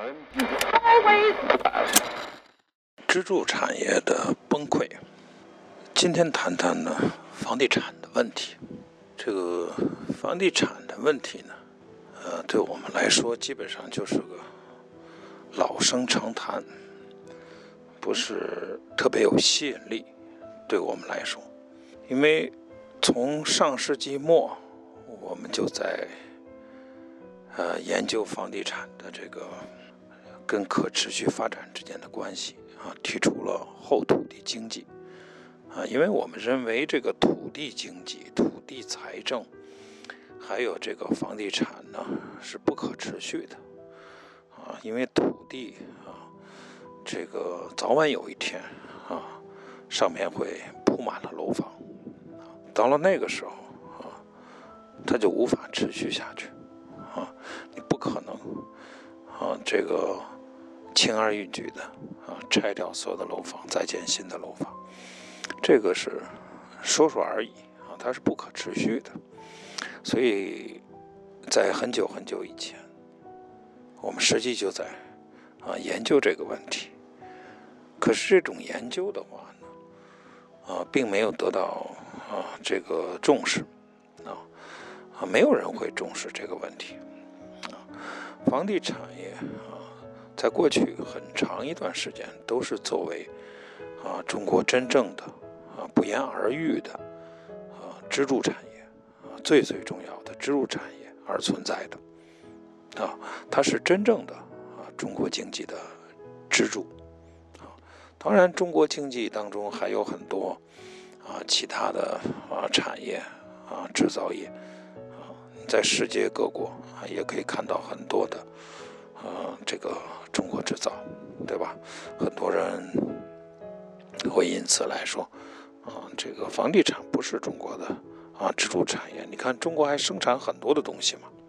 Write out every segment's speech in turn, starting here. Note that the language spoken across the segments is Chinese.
支柱产业的崩溃。今天谈谈呢房地产的问题。这个房地产的问题呢，对我们来说基本上就是个老生常谈，不是特别有吸引力。对我们来说，因为从上世纪末，我们就在研究房地产的这个跟可持续发展之间的关系提出了后土地经济因为我们认为这个土地经济、土地财政还有这个房地产呢是不可持续的因为土地这个早晚有一天上面会铺满了楼房到了那个时候它就无法持续下去你不可能这个轻而易举的拆掉所有的楼房，再建新的楼房，这个是说说而已它是不可持续的。所以在很久很久以前，我们实际就在研究这个问题。可是这种研究的话呢并没有得到这个重视没有人会重视这个问题房地产业在过去很长一段时间都是作为中国真正的不言而喻的支柱产业最重要的支柱产业而存在的它是真正的中国经济的支柱当然中国经济当中还有很多其他的产业制造业在世界各国也可以看到很多的这个中国制造，对吧？很多人会因此来说这个房地产不是中国的支柱产业。你看中国还生产很多的东西嘛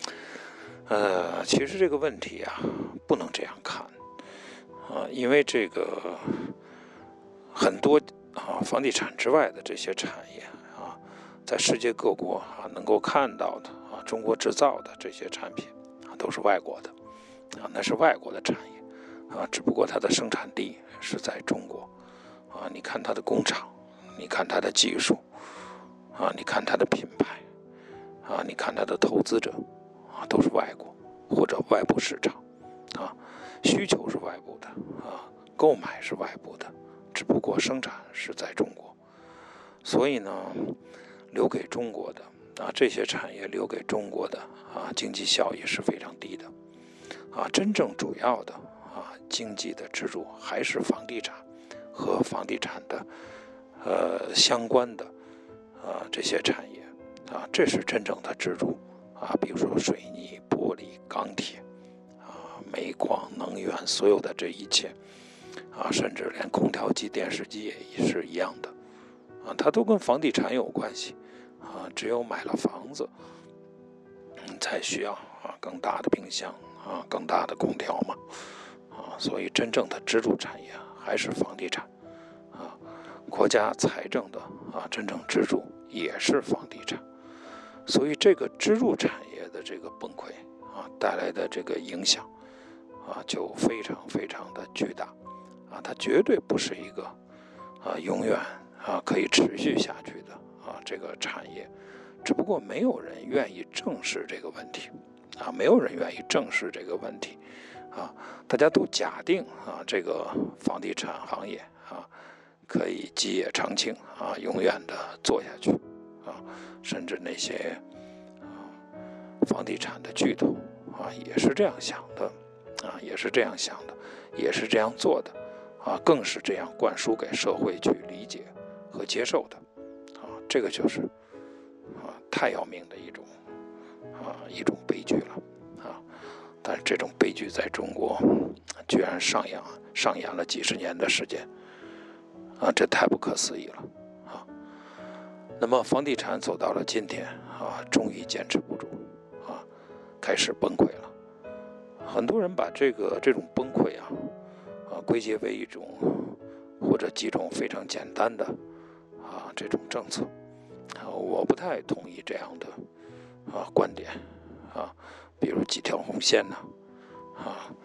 其实这个问题不能这样看因为这个很多房地产之外的这些产业在世界各国能够看到的中国制造的这些产品都是外国的那是外国的产业只不过它的生产地是在中国你看它的工厂，你看它的技术你看它的品牌你看它的投资者都是外国或者外部市场需求是外部的购买是外部的，只不过生产是在中国。所以呢留给中国的这些产业留给中国的经济效益是非常低的真正主要的经济的支柱还是房地产和房地产的相关的这些产业这是真正的支柱比如说水泥、玻璃、钢铁煤矿、能源，所有的这一切甚至连空调机、电视机也是一样的它都跟房地产有关系只有买了房子才需要更大的冰箱更大的空调嘛所以真正的支柱产业还是房地产国家财政的真正支柱也是房地产。所以这个支柱产业的这个崩溃带来的这个影响就非常非常的巨大它绝对不是一个永远可以持续下去的这个产业，只不过没有人愿意正视这个问题没有人愿意正视这个问题大家都假定这个房地产行业可以基业长青永远的做下去甚至那些房地产的巨头也是这样想的也是这样想的，也是这样做的更是这样灌输给社会去理解和接受的这个就是太要命的一种悲剧了但是这种悲剧在中国居然上演了几十年的时间这太不可思议了那么房地产走到了今天终于坚持不住开始崩溃了。很多人把这种崩溃归结为一种或者几种非常简单的这种政策我不太同意这样的观点比如几条红线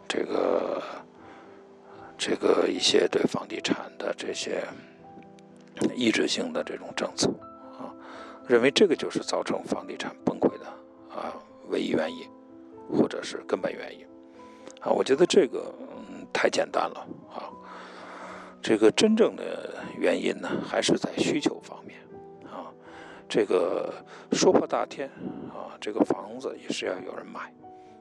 这个一些对房地产的这些抑制性的这种政策认为这个就是造成房地产崩溃的唯一原因或者是根本原因我觉得这个太简单了这个真正的原因呢还是在需求方面这个说破大天这个房子也是要有人买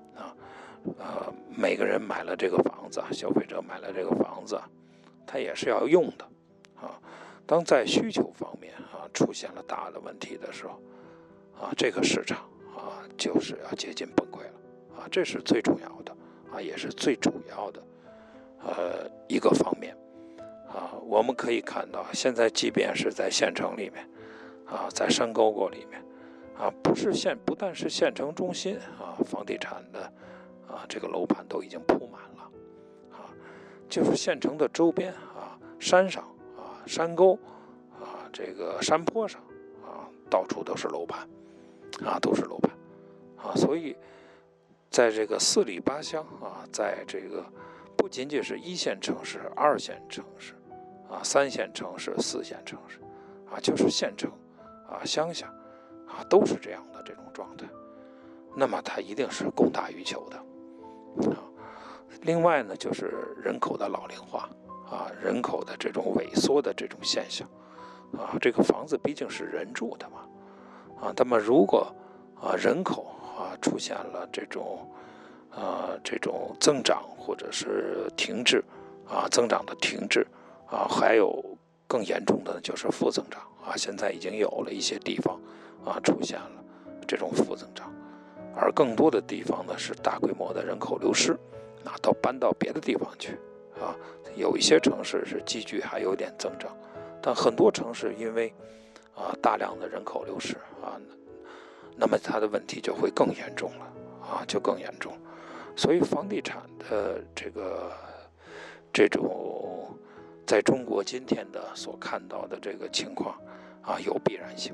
每个人买了这个房子消费者买了这个房子他也是要用的当在需求方面出现了大的问题的时候这个市场就是要接近崩溃了这是最重要的也是最主要的一个方面我们可以看到现在即便是在县城里面在山沟沟里面不但是县城中心房地产的这个楼盘都已经铺满了就是县城的周边山上山沟这个山坡上到处都是楼盘都是楼盘所以在这个四里八乡在这个不仅仅是一线城市二线城市三线城市四线城市就是县城乡下都是这样的这种状态，那么它一定是供大于求的另外呢就是人口的老龄化人口的这种萎缩的这种现象这个房子毕竟是人住的嘛那么如果人口出现了这种增长或者是停滞增长的停滞还有更严重的就是负增长现在已经有了一些地方出现了这种负增长，而更多的地方呢是大规模的人口流失搬到别的地方去有一些城市是继续还有点增长，但很多城市因为大量的人口流失那么它的问题就会更严重了就更严重，所以房地产的这种在中国今天的所看到的这个情况有必然性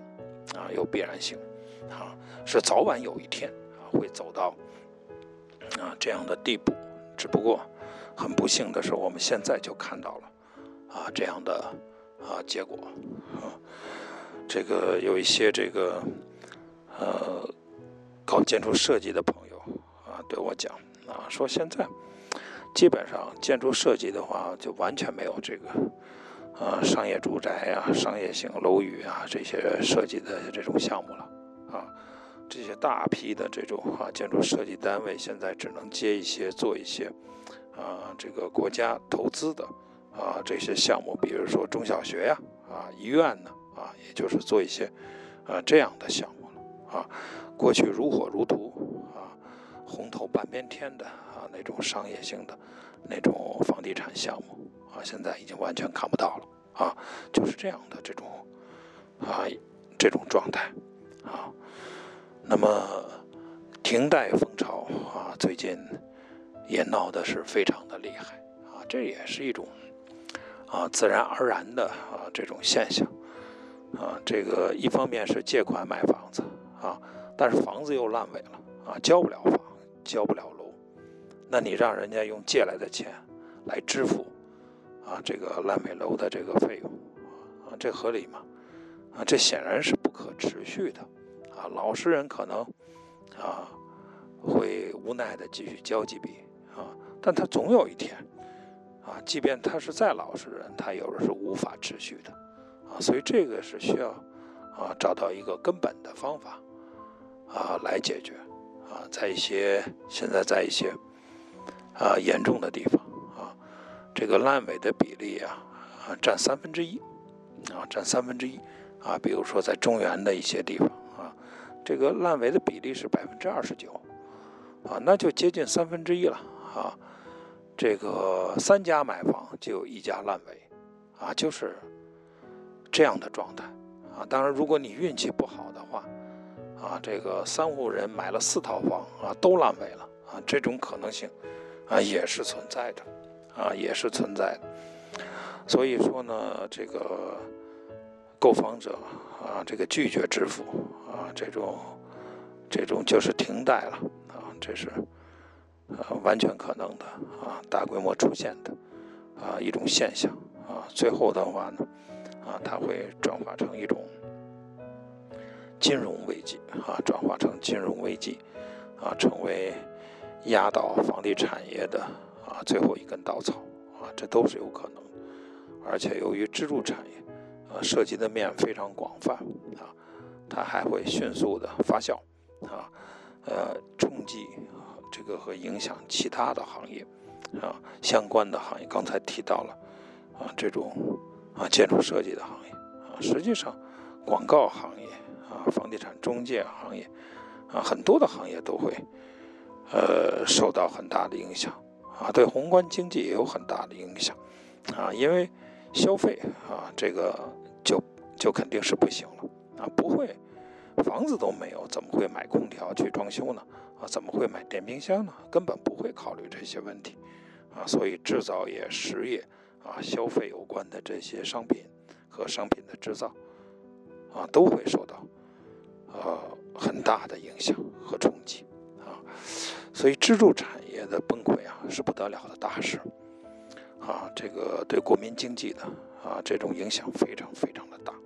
是早晚有一天会走到这样的地步，只不过很不幸的是我们现在就看到了这样的结果这个有一些这个搞建筑设计的朋友对我讲说现在基本上建筑设计的话就完全没有这个商业住宅商业型楼宇这些设计的这种项目了这些大批的这种建筑设计单位现在只能做一些这个国家投资的这些项目，比如说中小学医院呢也就是做一些这样的项目了过去如火如荼红透半边天的那种商业性的那种房地产项目现在已经完全看不到了就是这样的这种状态那么停贷风潮最近也闹得是非常的厉害这也是一种自然而然的这种现象这个一方面是借款买房子但是房子又烂尾了交不了房交不了楼，那你让人家用借来的钱来支付这个烂尾楼的这个费用这合理吗这显然是不可持续的老实人可能会无奈的继续交几笔但他总有一天即便他是再老实人他有的是无法持续的所以这个是需要找到一个根本的方法来解决现在在一些严重的地方这个烂尾的比例占1/3占1/3比如说在中原的一些地方这个烂尾的比例是29%那就接近1/3了这个3家买房就有1家烂尾就是这样的状态当然如果你运气不好的话这个3户人买了4套房都烂尾了这种可能性也是存在的所以说呢这个购房者这个拒绝支付这种就是停贷了这是完全可能的大规模出现的一种现象最后的话呢它会转化成一种金融危机转化成金融危机成为压倒房地产业的最后一根稻草这都是有可能的。而且由于支柱产业涉及的面非常广泛它还会迅速的发酵冲击这个和影响其他的行业相关的行业。刚才提到了这种建筑设计的行业实际上广告行业房地产中介行业很多的行业都会受到很大的影响对宏观经济也有很大的影响因为消费这个就肯定是不行了不会，房子都没有，怎么会买空调去装修呢？怎么会买电冰箱呢？根本不会考虑这些问题所以制造业、实业消费有关的这些商品和商品的制造都会受到很大的影响和冲击所以支柱产业的崩溃是不得了的大事这个对国民经济的这种影响非常非常的大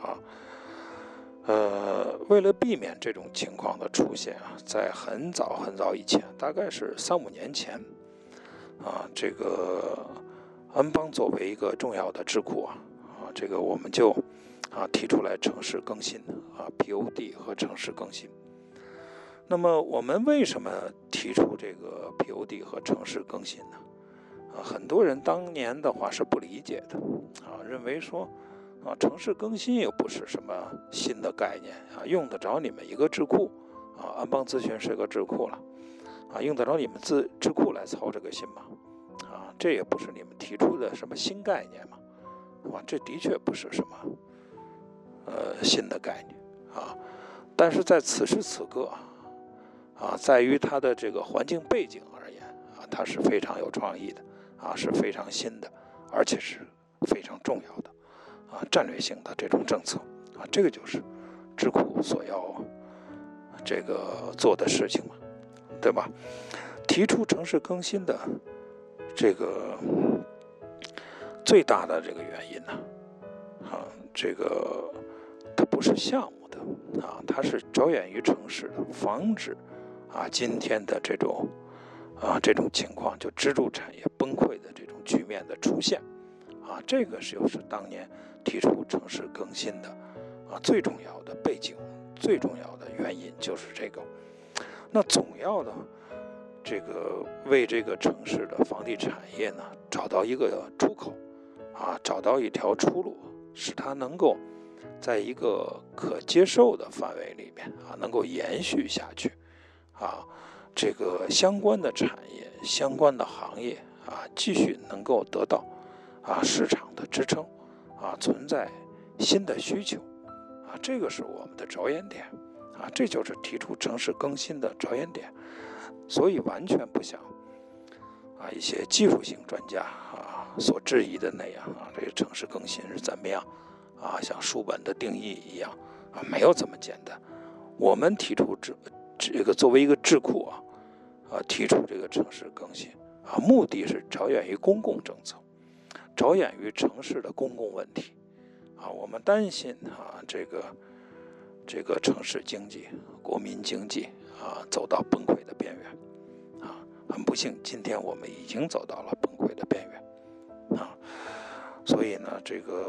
为了避免这种情况的出现在很早很早以前，大概是3-5年前这个安邦作为一个重要的智库这个我们就提出来城市更新POD 和城市更新。那么我们为什么提出这个 POD 和城市更新呢？很多人当年的话是不理解的认为说城市更新又不是什么新的概念用得着你们一个智库安邦咨询是个智库了用得着你们智库来操这个心吗？这也不是你们提出的什么新概念嘛这的确不是什么新的概念但是在此时此刻在于它的这个环境背景而言它是非常有创意的是非常新的，而且是非常重要的战略性的这种政策这个就是智库所要这个做的事情嘛，对吧？提出城市更新的这个最大的这个原因呢这个它不是项目的它是着眼于城市的，防止今天的这种情况，就支柱产业崩溃的这种局面的出现这个就是当年提出城市更新的最重要的背景，最重要的原因就是这个。那总要的这个为这个城市的房地产业呢找到一个出口找到一条出路，使它能够在一个可接受的范围里面能够延续下去这个相关的产业、相关的行业继续能够得到市场的支撑存在新的需求这个是我们的着眼点这就是提出城市更新的着眼点。所以完全不像一些技术性专家所质疑的那样这个城市更新是怎么样像书本的定义一样没有这么简单。我们提出这个作为一个智库提出这个城市更新目的是着眼于公共政策，着眼于城市的公共问题我们担心这个城市经济、国民经济走到崩溃的边缘很不幸，今天我们已经走到了崩溃的边缘所以呢，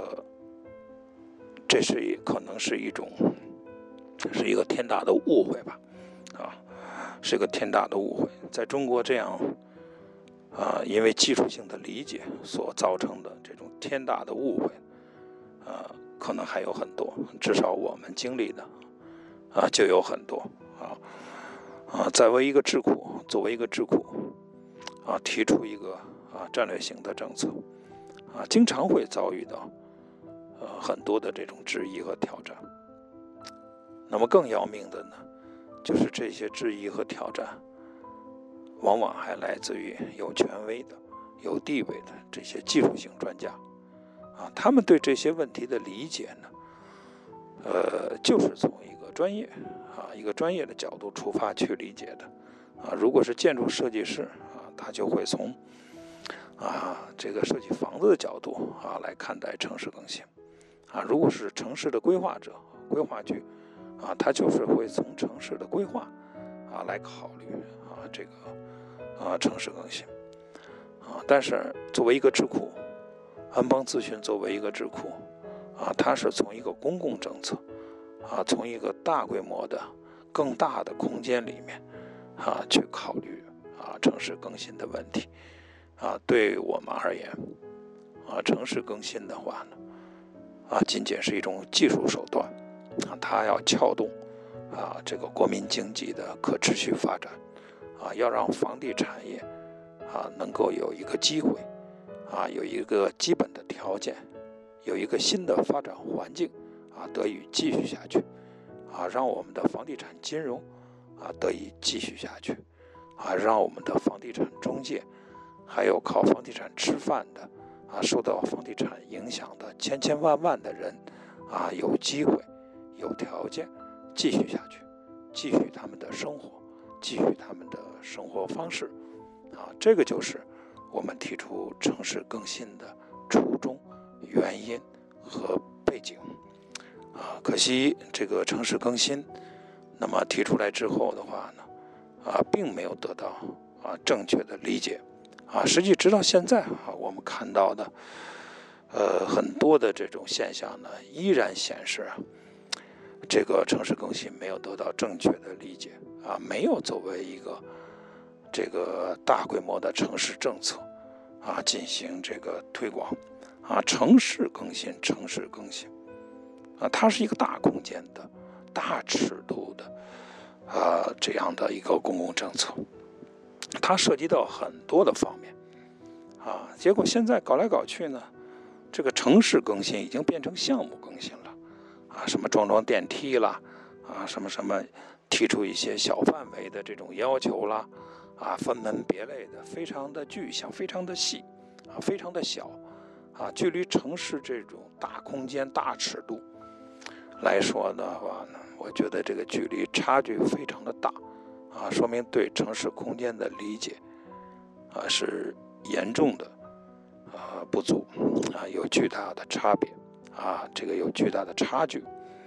这是可能是一个天大的误会吧是一个天大的误会。在中国这样因为技术性的理解所造成的这种天大的误会可能还有很多，至少我们经历的就有很多作为一个智库提出一个战略性的政策经常会遭遇到很多的这种质疑和挑战。那么更要命的呢，就是这些质疑和挑战往往还来自于有权威的、有地位的这些技术性专家他们对这些问题的理解呢就是从一个专业的角度出发去理解的如果是建筑设计师他就会从这个设计房子的角度来看待城市更新如果是城市的规划者、规划局他就是会从城市的规划来考虑这个城市更新但是作为一个智库，安邦咨询作为一个智库它是从一个公共政策从一个大规模的更大的空间里面去考虑城市更新的问题对我们而言城市更新的话呢仅仅是一种技术手段它要撬动这个国民经济的可持续发展要让房地产业能够有一个机会有一个基本的条件，有一个新的发展环境得以继续下去让我们的房地产金融得以继续下去让我们的房地产中介还有靠房地产吃饭的受到房地产影响的千千万万的人有机会有条件继续下去，继续他们的生活，继续他们的生活方式这个就是我们提出城市更新的初衷、原因和背景可惜这个城市更新那么提出来之后的话呢并没有得到正确的理解实际直到现在我们看到的很多的这种现象呢依然显示这个城市更新没有得到正确的理解没有作为一个这个大规模的城市政策进行这个推广城市更新它是一个大空间的大尺度的这样的一个公共政策，它涉及到很多的方面结果现在搞来搞去呢，这个城市更新已经变成项目更新了什么装电梯啦什么提出一些小范围的这种要求啦分门别类的，非常的具象，非常的细非常的小距离城市这种大空间大尺度来说的话呢，我觉得这个距离差距非常的大说明对城市空间的理解是严重的不足有巨大的差别这个有巨大的差距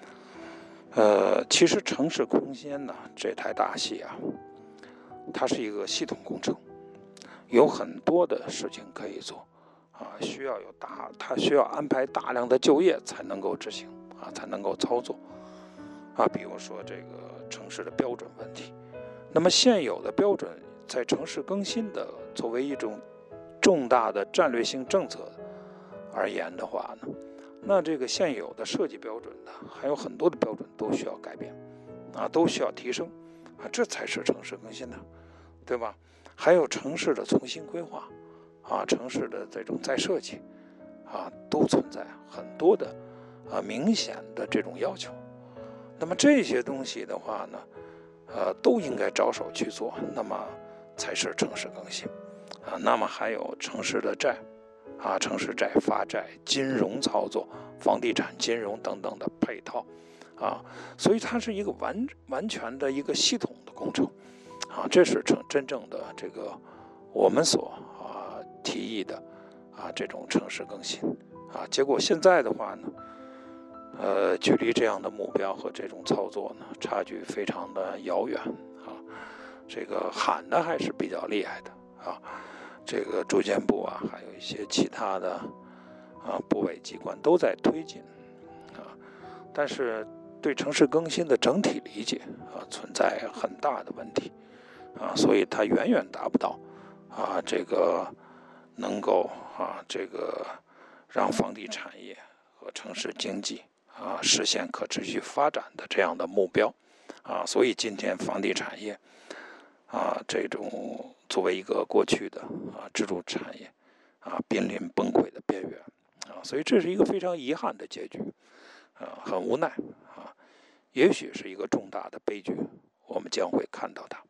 其实城市空间呢这台大戏它是一个系统工程，有很多的事情可以做它需要安排大量的就业才能够执行才能够操作比如说这个城市的标准问题，那么现有的标准在城市更新的作为一种重大的战略性政策而言的话呢，那这个现有的设计标准呢还有很多的标准都需要改变都需要提升这才是城市更新的，对吧？还有城市的重新规划城市的这种再设计都存在很多的明显的这种要求。那么这些东西的话呢都应该着手去做，那么才是城市更新那么还有城市的债城市债、发债、金融操作、房地产金融等等的配套所以它是一个完全的一个系统的工程这是真正的这个我们所提议的这种城市更新结果现在的话呢距离这样的目标和这种操作呢差距非常的遥远这个喊的还是比较厉害的这个住建部还有一些其他的部委机关都在推进但是对城市更新的整体理解存在很大的问题所以它远远达不到这个能够这个让房地产业和城市经济实现可持续发展的这样的目标所以今天房地产业这种作为一个过去的支柱产业濒临崩溃的边缘所以这是一个非常遗憾的结局很无奈也许是一个重大的悲剧，我们将会看到它。